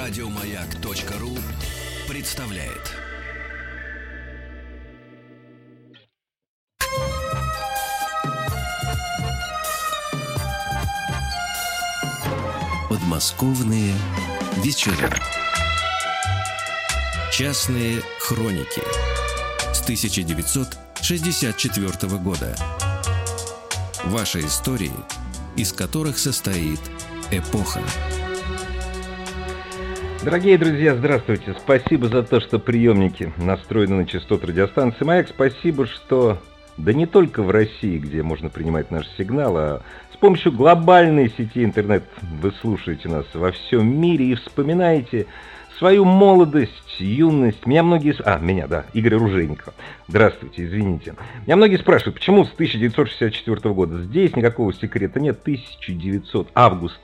Радиомаяк.ру представляет. Подмосковные вечера. Частные хроники с 1964 года. Ваши истории, из которых состоит эпоха. Дорогие друзья, здравствуйте. Спасибо за то, что приемники настроены на частоты радиостанции «Маяк». Спасибо, что, да не только в России, где можно принимать наш сигнал, а с помощью глобальной сети интернет вы слушаете нас во всем мире и вспоминаете свою молодость, юность. Игорь Оружейников. Здравствуйте, извините. Меня многие спрашивают, почему с 1964 года? Здесь никакого секрета нет. Август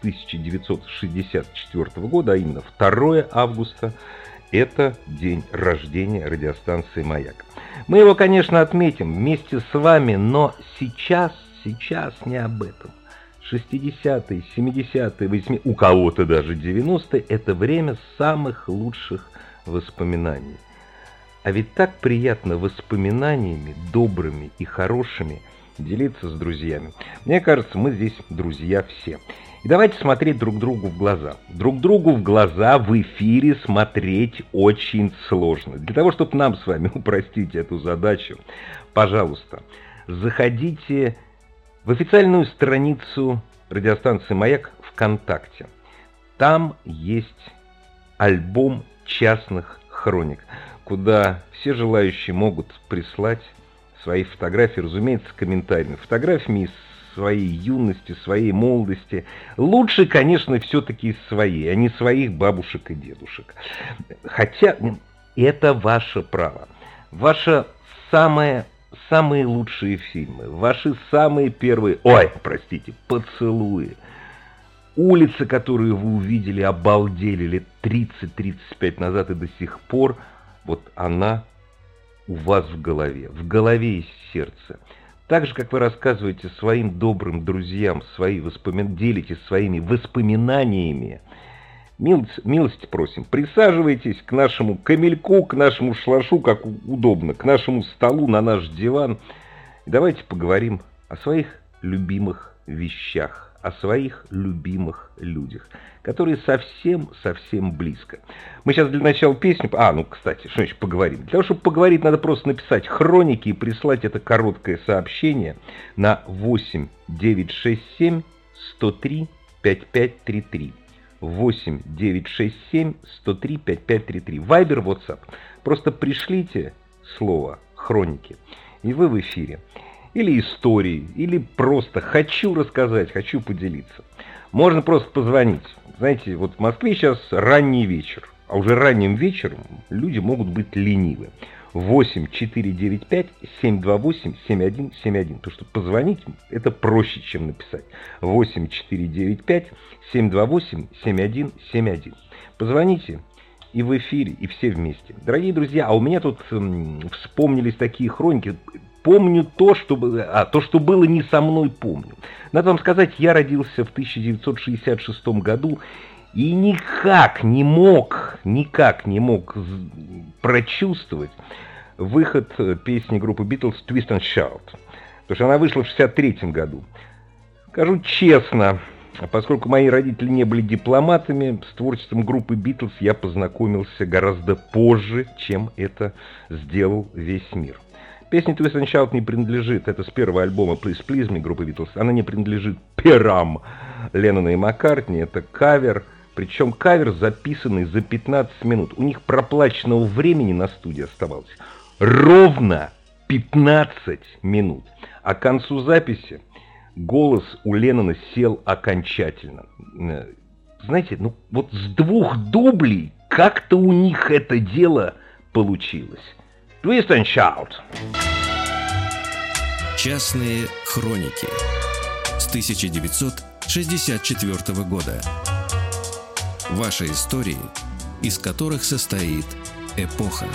1964 года, а именно 2 августа, это день рождения радиостанции «Маяк». Мы его, конечно, отметим вместе с вами, но сейчас не об этом. 60-е, 70-е, 80-е, у кого-то даже 90-е – это время самых лучших воспоминаний. А ведь так приятно воспоминаниями, добрыми и хорошими, делиться с друзьями. Мне кажется, мы здесь друзья все. И давайте смотреть друг другу в глаза. Друг другу в глаза в эфире смотреть очень сложно. Для того, чтобы нам с вами упростить эту задачу, пожалуйста, заходите в официальную страницу радиостанции «Маяк» ВКонтакте. Там есть альбом частных хроник, куда все желающие могут прислать свои фотографии, разумеется, с комментариями. Фотографиями из своей юности, своей молодости. Лучше, конечно, все-таки свои, а не своих бабушек и дедушек. Хотя это ваше право. Ваше самые лучшие фильмы, ваши самые первые, поцелуи, улицы, которые вы увидели, обалдели лет 30-35 назад и до сих пор, вот она у вас в голове и сердце. Так же, как вы рассказываете своим добрым друзьям, делитесь своими воспоминаниями, милости просим, присаживайтесь к нашему камельку, к нашему шалашу, как удобно, к нашему столу, на наш диван. И давайте поговорим о своих любимых вещах, о своих любимых людях, которые совсем близко. Мы сейчас для начала песню... кстати, что еще поговорим? Для того, чтобы поговорить, надо просто написать хроники и прислать это короткое сообщение на 8 967 103 5533. 8 967 103 5533. Вайбер, WhatsApp. Просто пришлите слово «хроники», и вы в эфире. Или истории, или просто «хочу рассказать», «хочу поделиться». Можно просто позвонить. Знаете, вот в Москве сейчас ранний вечер, а уже ранним вечером люди могут быть ленивы. 8 495 728 7171. Потому что позвонить это проще, чем написать. 8 495 728 7171. Позвоните, и в эфире, и все вместе. Дорогие друзья, а у меня тут вспомнились такие хроники. Помню то, что было не со мной, помню. Надо вам сказать, я родился в 1966 году и никак не мог прочувствовать выход песни группы Beatles «Twist and Shout», потому что она вышла в 1963 году. Скажу честно, поскольку мои родители не были дипломатами, с творчеством группы Beatles я познакомился гораздо позже, чем это сделал весь мир. Песня «Twist and Shout» не принадлежит, это с первого альбома «Please Please Me» группы Beatles, она не принадлежит перам Леннона и Маккартни, это кавер. Причем кавер, записанный за 15 минут. У них проплаченного времени на студии оставалось ровно 15 минут. А к концу записи голос у Леннона сел окончательно. Знаете, вот с 2 дублей как-то у них это дело получилось. Twist and Shout. Частные хроники с 1964 года. Ваши истории, из которых состоит эпоха.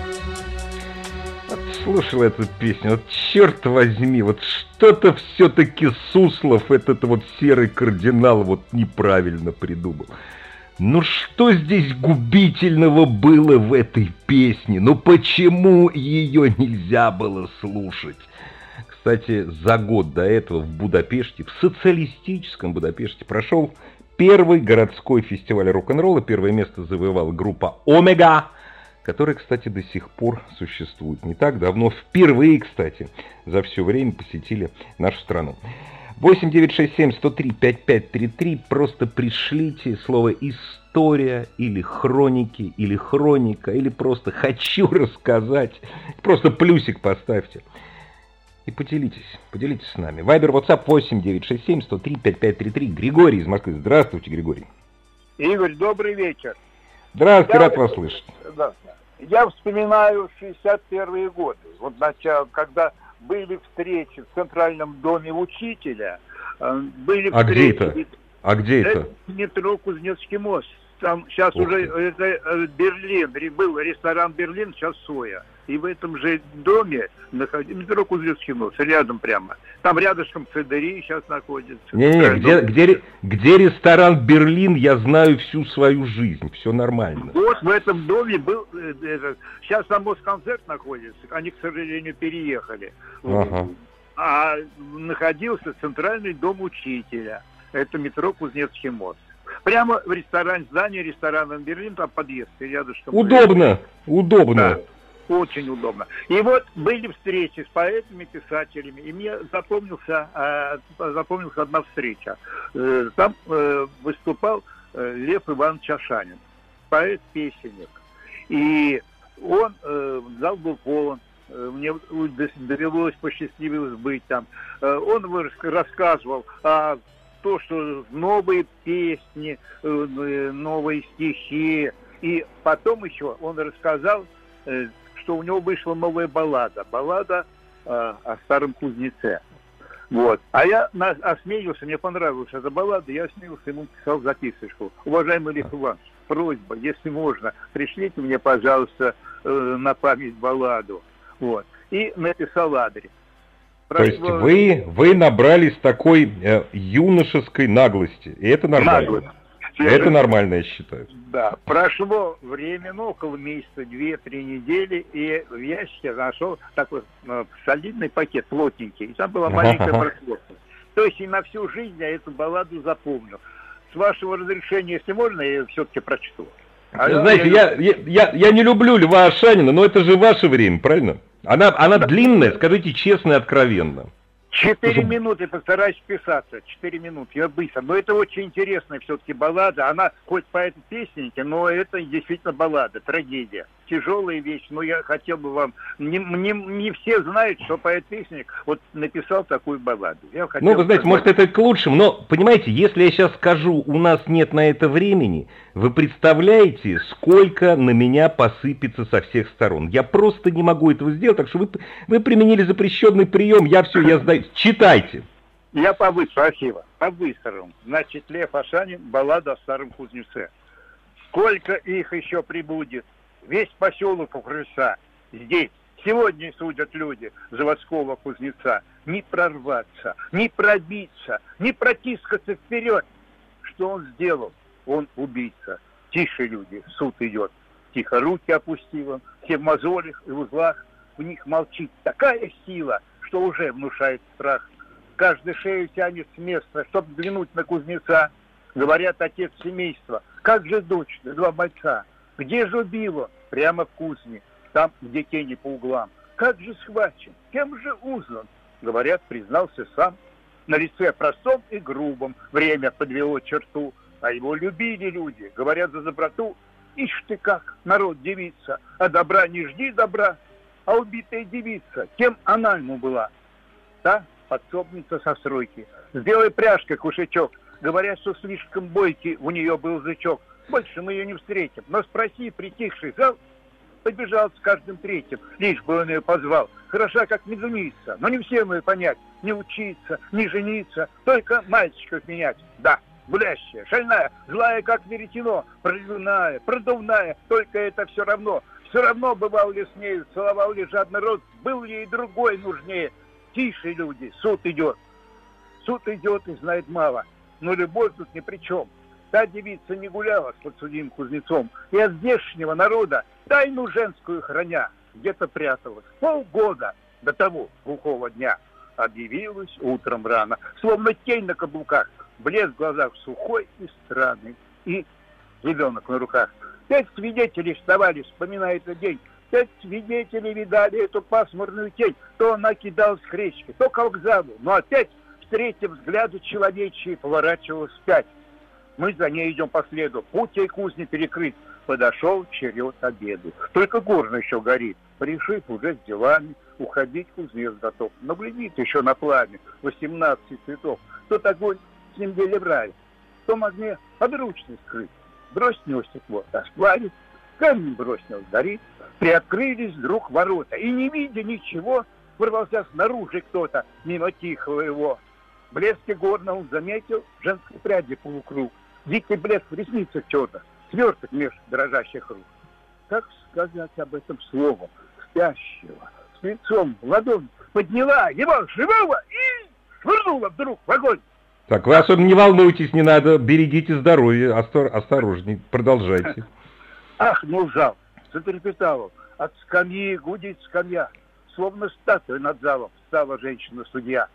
Слушал эту песню, вот черт возьми, вот что-то все-таки Суслов, этот вот серый кардинал, вот неправильно придумал. Ну что здесь губительного было в этой песне? Ну почему ее нельзя было слушать? Кстати, за год до этого в Будапеште, в социалистическом Будапеште, прошел первый городской фестиваль рок-н-ролла. Первое место завоевала группа «Омега», которая, кстати, до сих пор существует. Не так давно, впервые, кстати, за все время посетили нашу страну. 8-967-103-5533. Просто пришлите слово «история» или «хроники», или «хроника», или просто «хочу рассказать». Просто плюсик поставьте. И поделитесь с нами. Вайбер, WhatsApp 8-967-103-5533. Григорий из Москвы. Здравствуйте, Григорий. Игорь, добрый вечер. Здравствуйте, рад вас слышать. Да. Я вспоминаю 61-е годы. Вот начало, когда были встречи в Центральном доме учителя. Были встречи... Где это? Метро Кузнецкий мост. Там сейчас уже это Берлин. Был ресторан «Берлин», сейчас «Соя». И в этом же доме находится метро Кузнецкий мост, рядом прямо. Там рядышком ЦДРИ сейчас находится. Где ресторан «Берлин», я знаю всю свою жизнь, все нормально. Вот в этом доме был, сейчас там Москонцерт находится, они, к сожалению, переехали. Ага. А находился Центральный дом учителя, это метро Кузнецкий мост. Прямо в здание ресторана «Берлин», там подъезд, и рядышком. Удобно. Да. Очень удобно. И вот были встречи с поэтами, писателями, и мне запомнилась одна встреча. Там выступал Лев Иванович Ашанин, поэт-песенник. И зал был полон, мне довелось посчастливилось быть там. Он рассказывал о том, что новые песни, новые стихи. И потом еще он рассказал, что у него вышла новая баллада о старом кузнеце. Вот. А я осмелился, мне понравилась эта баллада, я осмелился, ему писал записочку. Уважаемый Лев Иванович, просьба, если можно, пришлите мне, пожалуйста, на память балладу. Вот. И написал адрес. То есть вы набрались такой юношеской наглости, и это нормально. Это нормально, я считаю. Да, прошло время, около месяца, 2-3 недели, и в ящике нашел такой солидный пакет, плотненький, и там была маленькая прокладка. То есть и на всю жизнь я эту балладу запомнил. С вашего разрешения, если можно, я ее все-таки прочту. Знаете, я не люблю Льва Ашанина, но это же ваше время, правильно? Она длинная, скажите честно и откровенно. 4 минуты, постараюсь вписаться. 4 минуты, я быстро. Но это очень интересная все-таки баллада. Она хоть поэт-песенники, но это действительно баллада, трагедия. Тяжелая вещь, но я хотел бы вам... Не все знают, что поэт-песенник вот написал такую балладу. Вы знаете, может это к лучшему, но, понимаете, если я сейчас скажу, у нас нет на это времени, вы представляете, сколько на меня посыпется со всех сторон. Я просто не могу этого сделать, так что вы применили запрещенный прием, я сдаю. Читайте. Я спасибо. По-быстрому. Значит, Лев Ашанин, баллада о старом кузнеце. Сколько их еще прибудет? Весь поселок у крыльца. Здесь сегодня судят люди заводского кузнеца. Не прорваться, не пробиться, не протискаться вперед. Что он сделал? Он убийца. Тише, люди, суд идет. Тихо руки опустил, все в мозолях и узлах. В них молчит такая сила, что уже внушает страх. Каждый шею тянет с места, чтоб взглянуть на кузнеца. Говорят, отец семейства. Как же дочь, 2 бойца? Где же убило? Прямо в кузне. Там, где тени по углам. Как же схвачен? Кем же узнан? Говорят, признался сам. На лице простом и грубом время подвело черту. А его любили люди, говорят, за доброту. Ишь ты как, народ девица, а добра не жди добра. А убитая девица, кем она ему была? Та подсобница со стройки. С белой пряжкой кушачок. Говорят, что слишком бойкий у нее был зычок. Больше мы ее не встретим. Но спроси притихший зал, побежал с каждым третьим, лишь бы он ее позвал. Хороша, как медуница, но не всем ее понять. Не учиться, не жениться, только мальчиков менять. Да, гулящая, шальная, злая, как веретено, проливная, продувная, только это все равно. Все равно бывал ли с ней, целовал ли жадный рот, был ли ей другой нужнее. Тише, люди, суд идет. Суд идет и знает мало, но любовь тут ни при чем. та девица не гуляла с подсудимым кузнецом, и от здешнего народа тайну женскую храня где-то пряталась полгода до того глухого дня. Объявилась утром рано, словно тень на каблуках, блеск в глазах сухой и странный, и ребенок на руках. 5 свидетелей вставали, вспоминая этот день. 5 свидетелей видали эту пасмурную тень. То она кидалась к речке, то к вокзалу, но опять, встретив взгляды человечьи, поворачивалась вспять. Мы за ней идем по следу, путь ей кузни перекрыт. Подошел черед обеду. Только горн еще горит. Пришив уже с делами, уходить кузнец готов. Но глядит еще на пламя 18 цветов. Тот огонь с ним деле в рай. В том огне подручный скрыт. Брось в него стекло, расплавит, камень брось в него, сгорит. Приоткрылись вдруг ворота, и не видя ничего, ворвался снаружи кто-то мимо тихого его. В блеске горна он заметил женской пряди полукруг. Дикий блеск в ресницах черных, сверток меж дрожащих рук. Как сказать об этом словом спящего? С лицом в ладонь подняла его живого и швырнула вдруг в огонь. Так, вы особенно не волнуйтесь, не надо, берегите здоровье, осторожней, продолжайте. Ах, ну жал, затрепетал он, от скамьи гудит скамья, словно статуя над залом стала женщина-судья.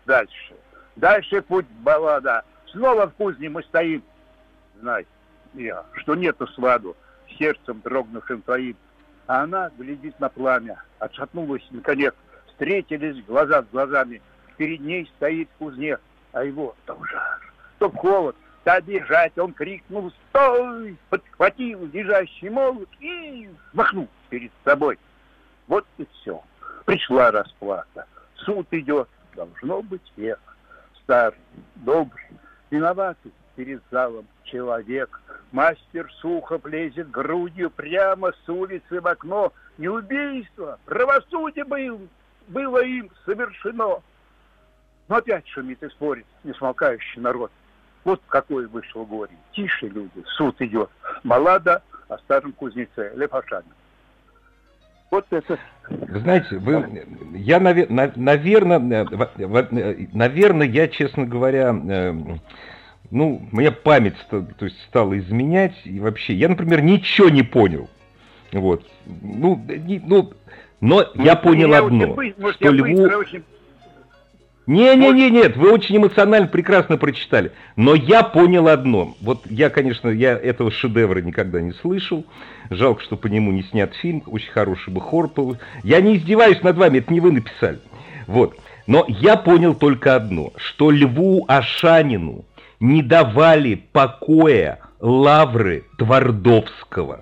Дальше путь баллада, снова в кузне мы стоим. Знай, я, что нету сладу, сердцем дрогнувшим твоим. А она глядит на пламя, отшатнулась наконец, встретились глаза с глазами. Перед ней стоит кузнец, а его то жар, то холод, то бежать. Он крикнул «Стой!», подхватил лежащий молот и махнул перед собой. Вот и все. Пришла расплата. Суд идет, должно быть век. Старый, добрый, виноватый перед залом человек. Мастер сухо лезет грудью прямо с улицы в окно. Не убийство, правосудие было им совершено. Но опять шумит и спорит несмолкающий народ. Вот какое вышло горе. Тише, люди, суд идет. Баллада о старом кузнеце Лев Ашанин. Вот это... Вы знаете, я, наверное, я, честно говоря, мне память стала изменять, и вообще, я, например, ничего не понял. Вот. Но я понял одно, что Льву... Нет, вы очень эмоционально прекрасно прочитали. Но я понял одно. Вот я, конечно, этого шедевра никогда не слышал. Жалко, что по нему не снят фильм. Очень хороший бы хор был. Я не издеваюсь над вами, это не вы написали. Вот. Но я понял только одно, что Льву Ашанину не давали покоя лавры Твардовского.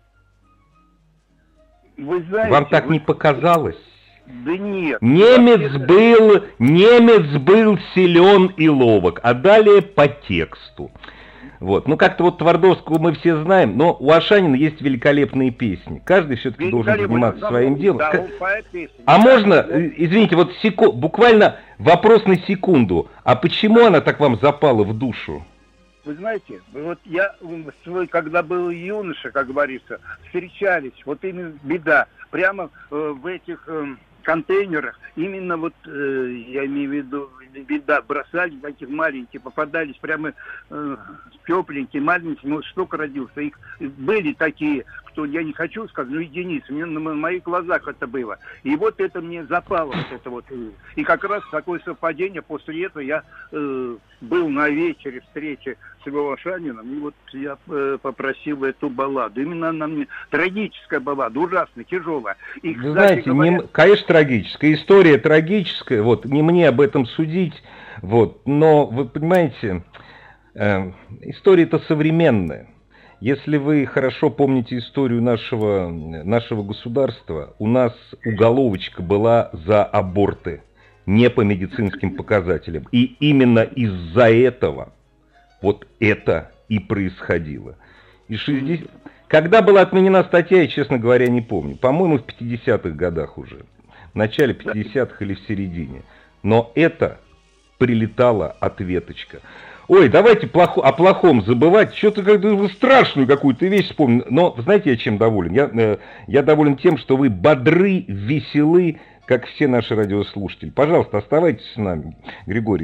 Вы знаете, вам так не показалось? Да нет. Немец был силен и ловок, а далее по тексту. Вот. Как-то вот Твардовского мы все знаем, но у Ашанина есть великолепные песни. Каждый все-таки должен заниматься своим делом. Да, он поэт песен. А можно, извините, вот буквально вопрос на секунду. А почему она так вам запала в душу? Вы знаете, вот я, когда был юноша, как говорится, встречались, вот именно беда, прямо в этих контейнерах, именно вот, я имею в виду, беда, бросали таких маленьких, попадались прямо тепленькие, маленькие, вот штука родился. Их были такие, кто, я не хочу сказать, единицы, на моих глазах это было. И вот это мне запало, вот это вот. И как раз такое совпадение, после этого я был на вечере встречи с Львом Ашаниным, и вот я попросил эту балладу. Именно она мне трагическая баллада, ужасно, тяжелая. И, вы знаете, конечно, трагическая, история трагическая, вот, не мне об этом судить, вот, но, вы понимаете, история-то современная. Если вы хорошо помните историю нашего государства, у нас уголовочка была за аборты, не по медицинским показателям. И именно из-за этого вот это и происходило. И когда была отменена статья, я, честно говоря, не помню. По-моему, в 50-х годах уже. В начале 50-х или в середине. Но это прилетала ответочка. Ой, давайте о плохом забывать. Что-то как-то страшную какую-то вещь вспомнил. Но знаете, я чем доволен? Я доволен тем, что вы бодры, веселы, как все наши радиослушатели. Пожалуйста, оставайтесь с нами, Григорий.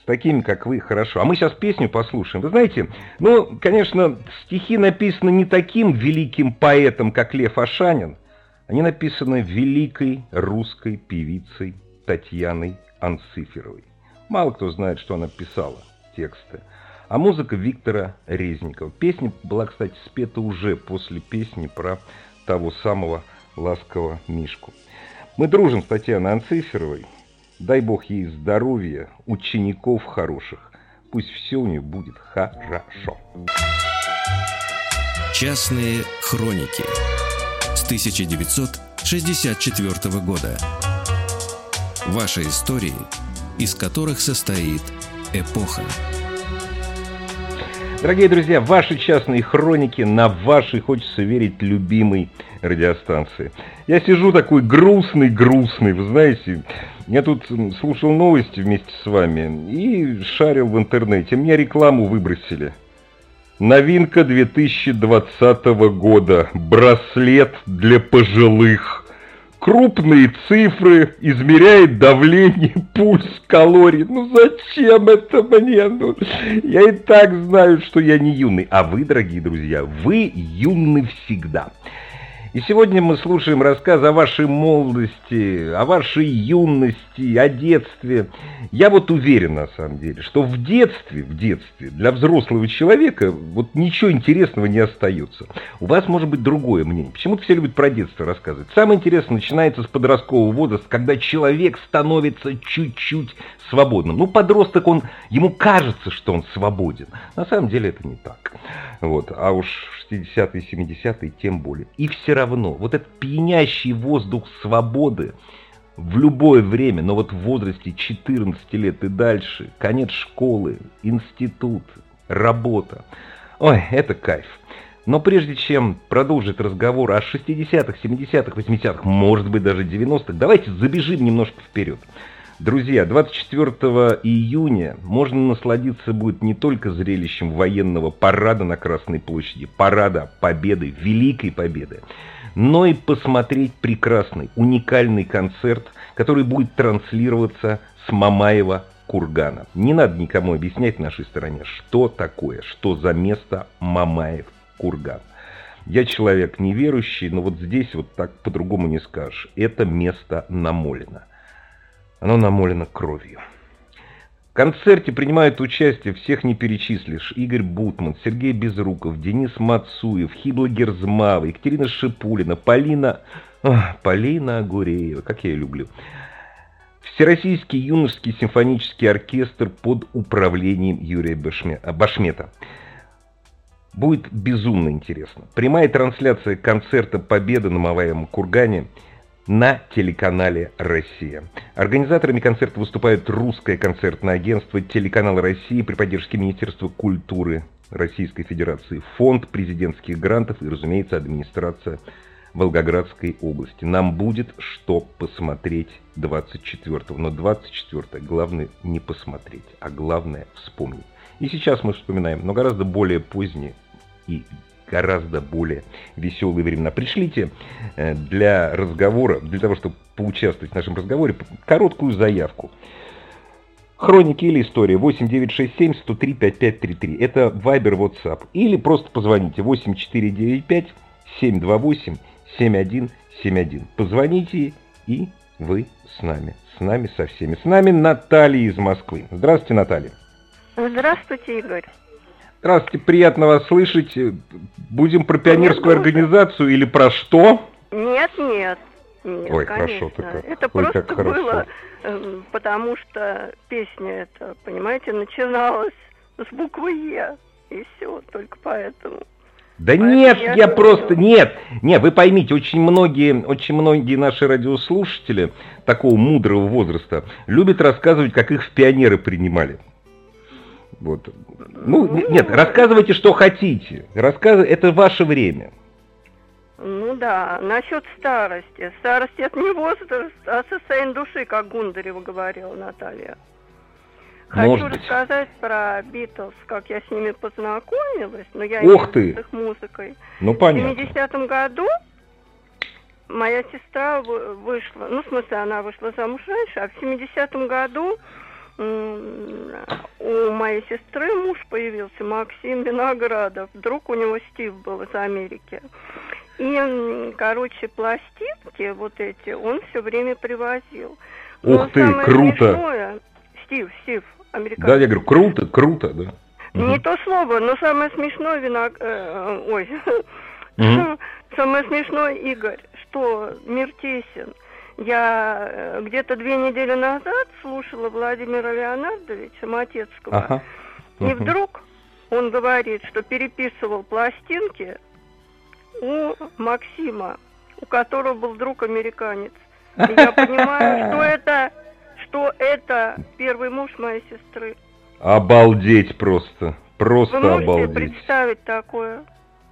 С такими, как вы, хорошо. А мы сейчас песню послушаем. Вы знаете, ну, конечно, стихи написаны не таким великим поэтом, как Лев Ашанин. Они написаны великой русской певицей Татьяной Анциферовой. Мало кто знает, что она писала тексты. А музыка Виктора Резникова. Песня была, кстати, спета уже после песни про того самого ласкового Мишку. Мы дружим с Татьяной Анциферовой. Дай Бог ей здоровья, учеников хороших. Пусть все у нее будет хорошо. Частные хроники с 1964 года. Ваши истории, из которых состоит эпоха. Дорогие друзья, ваши частные хроники на вашей, хочется верить, любимой радиостанции. Я сижу такой грустный, вы знаете, я тут слушал новости вместе с вами и шарил в интернете. Мне рекламу выбросили. Новинка 2020 года. Браслет для пожилых. Крупные цифры, измеряет давление, пульс, калории. Ну зачем это мне? Ну, я и так знаю, что я не юный. А вы, дорогие друзья, вы юны всегда. И сегодня мы слушаем рассказ о вашей молодости, о вашей юности, о детстве. Я вот уверен, на самом деле, что в детстве, для взрослого человека вот ничего интересного не остается. У вас может быть другое мнение. Почему-то все любят про детство рассказывать. Самое интересное начинается с подросткового возраста, когда человек становится чуть-чуть свободным. Ну, подросток, ему кажется, что он свободен. На самом деле это не так. Вот. А уж 60-е, 70-е тем более. И все равно, вот этот пьянящий воздух свободы в любое время, но вот в возрасте 14 лет и дальше, конец школы, институт, работа. Ой, это кайф. Но прежде чем продолжить разговор о 60-х, 70-х, 80-х, может быть даже 90-х, давайте забежим немножко вперед. Друзья, 24 июня можно насладиться будет не только зрелищем военного парада на Красной площади, парада Победы, Великой Победы, но и посмотреть прекрасный, уникальный концерт, который будет транслироваться с Мамаева кургана. Не надо никому объяснять в нашей стороне, что такое, что за место Мамаев курган. Я человек неверующий, но вот здесь вот так по-другому не скажешь. Это место намолено. Оно намолено кровью. В концерте принимают участие, всех не перечислишь: Игорь Бутман, Сергей Безруков, Денис Мацуев, Хибла Герзмава, Екатерина Шипулина, Полина Агуреева, как я ее люблю. Всероссийский юношеский симфонический оркестр под управлением Юрия Башмета. Будет безумно интересно. Прямая трансляция концерта «Победа» на Мамаевом кургане на телеканале «Россия». Организаторами концерта выступают Русское концертное агентство, телеканал «Россия» при поддержке Министерства культуры Российской Федерации, Фонд президентских грантов и, разумеется, администрация Волгоградской области. Нам будет что посмотреть 24-го. Но 24-е главное не посмотреть, а главное вспомнить. И сейчас мы вспоминаем, но гораздо более поздние и гораздо более веселые времена. Пришлите для разговора, для того, чтобы поучаствовать в нашем разговоре, короткую заявку. Хроники или история 8967-103-5533. Это Viber, WhatsApp. Или просто позвоните 8495-728-7171. Позвоните, и вы с нами. С нами со всеми. С нами Наталья из Москвы. Здравствуйте, Наталья. Здравствуйте, Игорь. Здравствуйте, приятно вас слышать. Будем про пионерскую организацию или про что? Нет, ой, конечно. Хорошо. Это ой, просто было, потому что песня эта, понимаете, начиналась с буквы «Е», и все, только поэтому. Да нет, я просто... Нет, вы поймите, очень многие наши радиослушатели такого мудрого возраста любят рассказывать, как их в пионеры принимали. Вот. Нет, рассказывайте, что хотите. Это ваше время. Ну да, насчет старости. Старость — это не возраст, а состояние души, как Гундарева говорила Наталья. Хочу рассказать про Битлз, как я с ними познакомилась, но я не с их музыкой. Ну, понятно. В 70-м году моя сестра вышла, она вышла замуж раньше, а в 70-м году у моей сестры муж появился, Максим Виноградов. Друг у него Стив был из Америки. И, короче, пластинки вот эти он все время привозил. Ух ты, круто! Смешное, Стив, американец. Да, я говорю, круто, да. Не то слово, но самое смешное самое смешное, Игорь, что мир тесен. Я где-то 2 недели назад слушала Владимира Леонардовича Матецкого, и вдруг он говорит, что переписывал пластинки у Максима, у которого был друг американец. И я понимаю, что это первый муж моей сестры. Обалдеть просто. Просто Вы можете обалдеть. представить такое?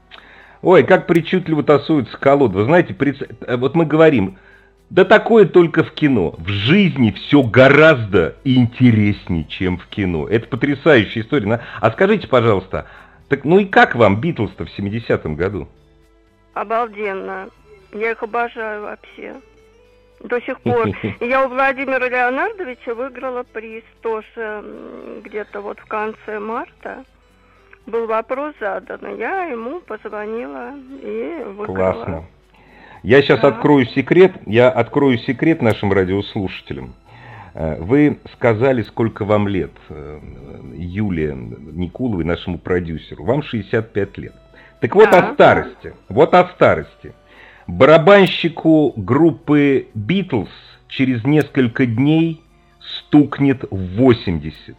Ой, как причудливо тасуются колоды. Вы знаете, вот мы говорим, да такое только в кино. В жизни все гораздо интереснее, чем в кино. Это потрясающая история. А скажите, пожалуйста, так ну и как вам Битлз-то в 70-м году? Обалденно. Я их обожаю вообще. До сих пор. Я у Владимира Леонардовича выиграла приз тоже где-то вот в конце марта. Был вопрос задан, я ему позвонила и выиграла. Классно. Я сейчас открою секрет нашим радиослушателям. Вы сказали, сколько вам лет, Юлия Никуловой, нашему продюсеру. Вам 65 лет. Так вот о старости. Барабанщику группы Битлз через несколько дней стукнет 80.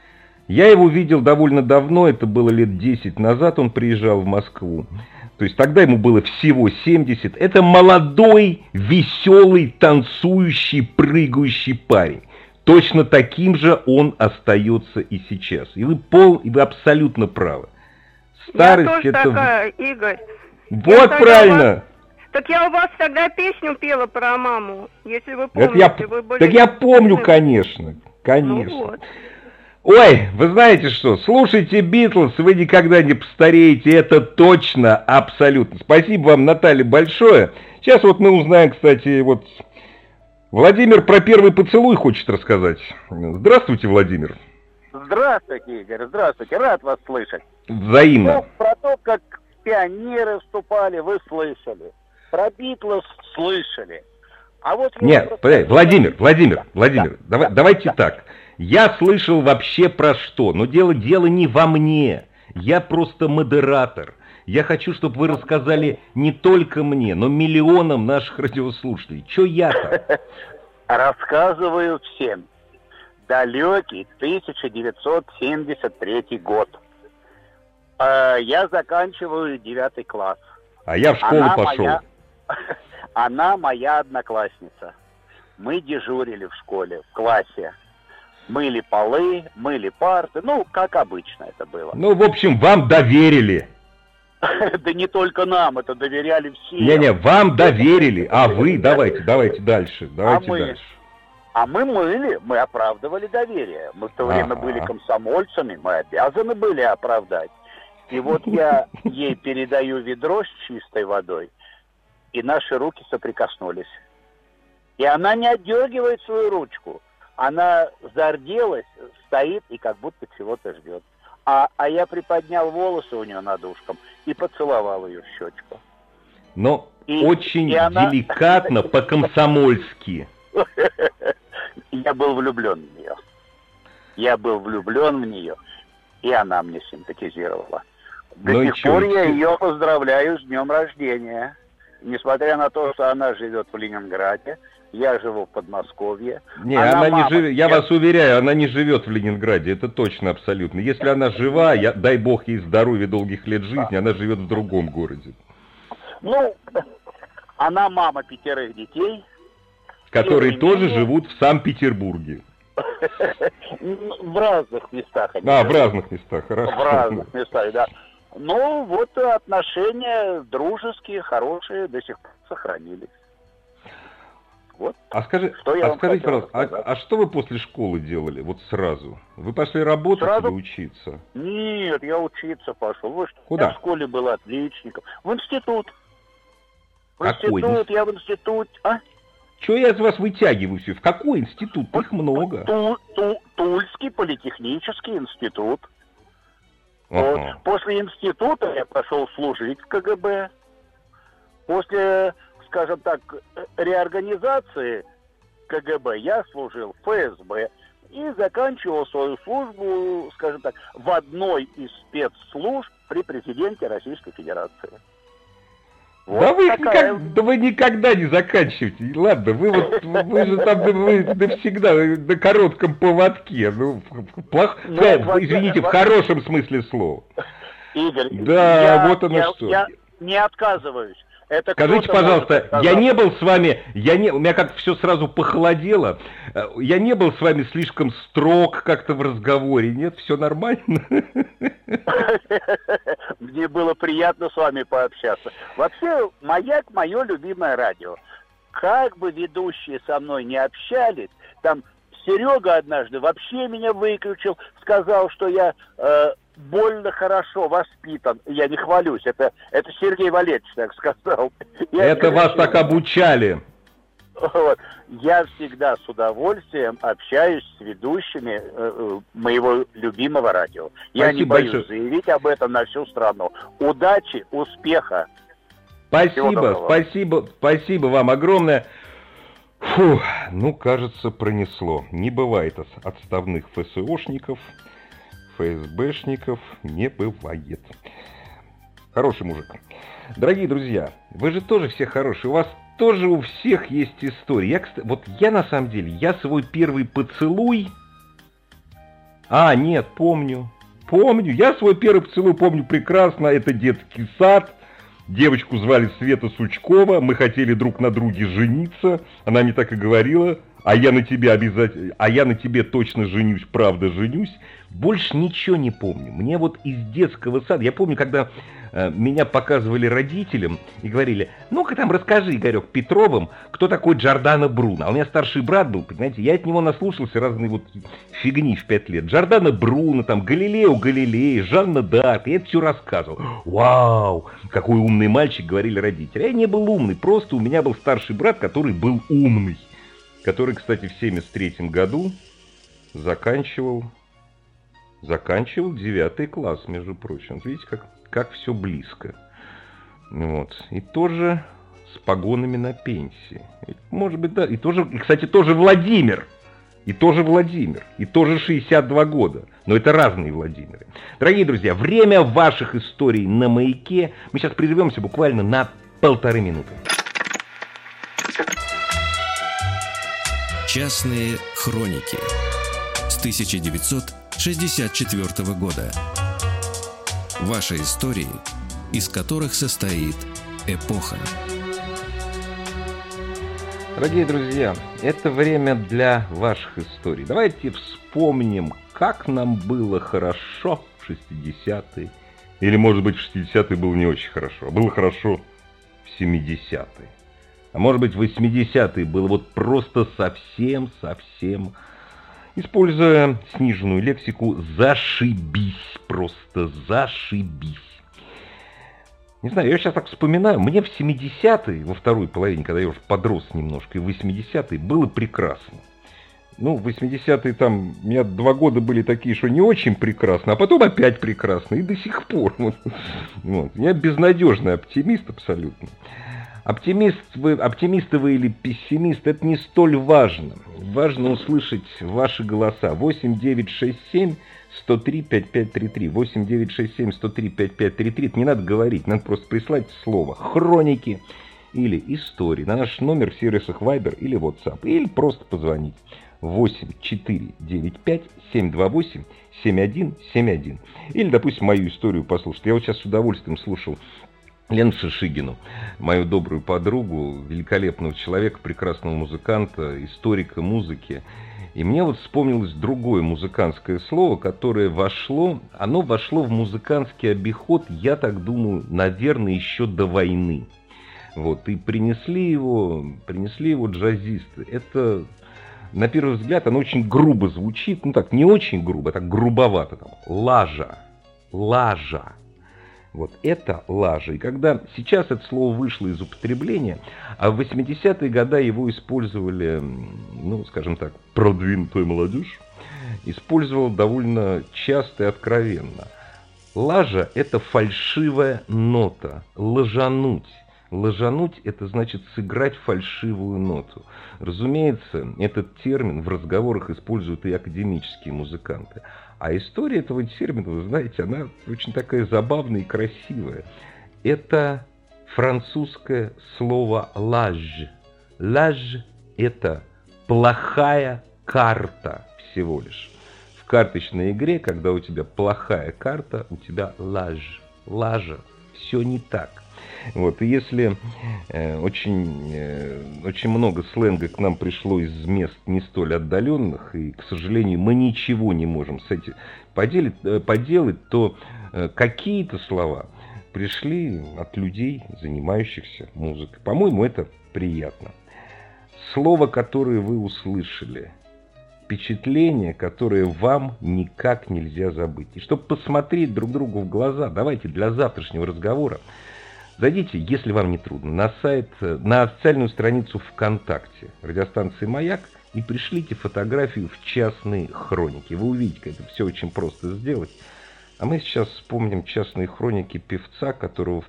Я его видел довольно давно, это было лет 10 назад, он приезжал в Москву. То есть тогда ему было всего 70. Это молодой, веселый, танцующий, прыгающий парень. Точно таким же он остается и сейчас. И вы абсолютно правы. Старость я тоже такая, Игорь. Вот правильно. Так я у вас тогда песню пела про маму, если вы помните. Так я помню, конечно. Ну вот. Ой, вы знаете что, слушайте Битлз, вы никогда не постареете, это точно, абсолютно. Спасибо вам, Наталья, большое. Сейчас вот мы узнаем, кстати, вот Владимир про первый поцелуй хочет рассказать. Здравствуйте, Владимир. Здравствуйте, Игорь, здравствуйте, рад вас слышать. Взаимно. Ну, про то, как пионеры вступали, вы слышали. Про Битлз слышали. А вот... Нет, Владимир, давайте так. Я слышал вообще про что, но дело не во мне. Я просто модератор. Я хочу, чтобы вы рассказали не только мне, но миллионам наших радиослушателей. Чё я-то? Рассказываю всем. Далекий 1973 год. Я заканчиваю 9 класс. А я в школу пошел. Она моя одноклассница. Мы дежурили в школе, в классе. Мыли полы, мыли парты. Ну, как обычно это было. Ну, в общем, вам доверили. Да не только нам, это доверяли все. Не-не, вам доверили. А вы, давайте дальше. А мы мыли, мы оправдывали доверие. Мы в то время были комсомольцами, мы обязаны были оправдать. И вот я ей передаю ведро с чистой водой, и наши руки соприкоснулись. И она не отдергивает свою ручку. Она зарделась, стоит и как будто чего-то ждет. А я приподнял волосы у нее над ушком и поцеловал ее в щечку. Но очень деликатно, по-комсомольски. Я был влюблен в нее. И она мне симпатизировала. До сих пор я ее поздравляю с днем рождения. Несмотря на то, что она живет в Ленинграде, я живу в Подмосковье. Я вас уверяю, она не живет в Ленинграде, это точно абсолютно. Если она жива, дай бог ей здоровья, долгих лет жизни, она живет в другом городе. Ну, она мама 5 детей. Которые тоже живут в Санкт-Петербурге. В разных местах. В разных местах, хорошо. В разных местах, да. Ну, вот отношения дружеские, хорошие, до сих пор сохранились. Вот. Скажите, пожалуйста, а что вы после школы делали, вот сразу? Вы пошли работать или учиться? Нет, я учиться пошел. Вы что, куда? Я в школе был отличником. В институт. Какой? Я в институте. Что я из вас вытягиваю все? В какой институт? Их много. Тульский политехнический институт. Вот. После института я пошел служить в КГБ. После, скажем так, реорганизации КГБ я служил в ФСБ и заканчивал свою службу, скажем так, в одной из спецслужб при президенте Российской Федерации. Вот да вы никогда не заканчиваете. Ладно, вы же там навсегда на коротком поводке. Извините, в хорошем смысле слова. Игорь, вот оно что. Я не отказываюсь. Скажите, пожалуйста, я не был с вами, у меня как-то все сразу похолодело, я не был с вами слишком строг как-то в разговоре, нет, все нормально? Мне было приятно с вами пообщаться. Вообще, «Маяк» — мое любимое радио. Как бы ведущие со мной не общались, там Серега однажды вообще меня выключил, сказал, что я... больно хорошо воспитан. Я не хвалюсь. Это Сергей Валерьевич так сказал. Это вас так обучали. Вот. Я всегда с удовольствием общаюсь с ведущими моего любимого радио. Я не боюсь заявить об этом на всю страну. Удачи, успеха. Спасибо вам огромное. Фу, кажется, пронесло. Не бывает отставных ФСОшников. ФСБшников не бывает. Хороший мужик. Дорогие друзья, вы же тоже все хорошие. У вас тоже у всех есть истории. Я на самом деле, я свой первый поцелуй... Нет, помню. Я свой первый поцелуй помню прекрасно. Это детский сад. Девочку звали Света Сучкова. Мы хотели друг на друге жениться. Она мне так и говорила. А я на тебе точно женюсь, правда женюсь. Больше ничего не помню. Мне вот из детского сада, я помню, когда меня показывали родителям и говорили, ну-ка там расскажи, Игорек, Петровым, кто такой Джордано Бруно. А у меня старший брат был, понимаете, я от него наслушался разной вот фигни в 5 лет. Джордано Бруно, там Галилео Галилей, Жанна д'Арк, я это все рассказывал. Вау, какой умный мальчик, говорили родители. Я не был умный, просто у меня был старший брат, который был умный. Который, кстати, в 1973 году заканчивал 9 класс, между прочим. Вот видите, как все близко. Вот. И тоже с погонами на пенсии. Может быть, да. И тоже, кстати, тоже Владимир. И тоже 62 года. Но это разные Владимиры. Дорогие друзья, время ваших историй на «Маяке». Мы сейчас прервемся буквально на 1,5 минуты. Частные хроники с 1964 года. Ваши истории, из которых состоит эпоха. Дорогие друзья, это время для ваших историй. Давайте вспомним, как нам было хорошо в 60-е. Или, может быть, в 60-е было не очень хорошо. Было хорошо в 70-е. А может быть, в 80-е было вот просто совсем, используя сниженную лексику, зашибись, просто зашибись. Не знаю, я сейчас так вспоминаю, мне в 70-е, во второй половине, когда я уже подрос немножко, и в 80-е было прекрасно. Ну, в 80-е там у меня 2 года были такие, что не очень прекрасно, а потом опять прекрасно, и до сих пор. Вот. Я безнадежный оптимист абсолютно. Оптимисты вы или пессимист, это не столь важно. Важно услышать ваши голоса. 8967 103 5533. 8967 103 5533. Это не надо говорить, надо просто прислать слово «хроники» или «истории» на наш номер в сервисах Viber или WhatsApp. Или просто позвонить. 8495 728 7171. Или, допустим, мою историю послушать. Я вот сейчас с удовольствием слушал Лену Шишигину, мою добрую подругу, великолепного человека, прекрасного музыканта, историка музыки. И мне вот вспомнилось другое музыкантское слово, которое вошло в музыкантский обиход, я так думаю, наверное, еще до войны. Вот, и принесли его джазисты. Это, на первый взгляд, оно очень грубо звучит, ну так, не очень грубо, а так грубовато, там, лажа. Вот это лажа. И когда сейчас это слово вышло из употребления, а в 80-е годы его использовали, ну, скажем так, продвинутая молодежь, использовала довольно часто и откровенно. Лажа – это фальшивая нота, лажануть. Лажануть – это значит сыграть фальшивую ноту. Разумеется, этот термин в разговорах используют и академические музыканты. А история этого термина, вы знаете, она очень такая забавная и красивая. Это французское слово «лаж». «Лаж» – это плохая карта всего лишь. В карточной игре, когда у тебя плохая карта, у тебя лаж. Лажа. Все не так. Вот, и если очень много сленга к нам пришло из мест не столь отдаленных, и, к сожалению, мы ничего не можем с этим поделать, то какие-то слова пришли от людей, занимающихся музыкой. По-моему, это приятно. Слово, которое вы услышали, впечатление, которое вам никак нельзя забыть. И чтобы посмотреть друг другу в глаза, давайте для завтрашнего разговора зайдите, если вам не трудно, на сайт, на официальную страницу ВКонтакте радиостанции «Маяк» и пришлите фотографию в частные хроники. Вы увидите, как это все очень просто сделать. А мы сейчас вспомним частные хроники певца, которого в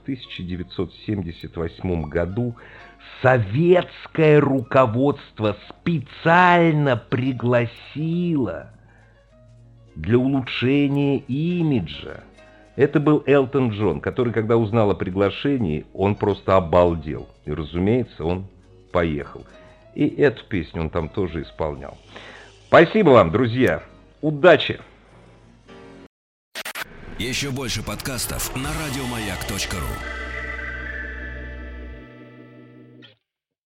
1978 году советское руководство специально пригласило для улучшения имиджа. Это был Элтон Джон, который, когда узнал о приглашении, он просто обалдел. И, разумеется, он поехал. И эту песню он там тоже исполнял. Спасибо вам, друзья. Удачи! Еще больше подкастов на радиомаяк.ру.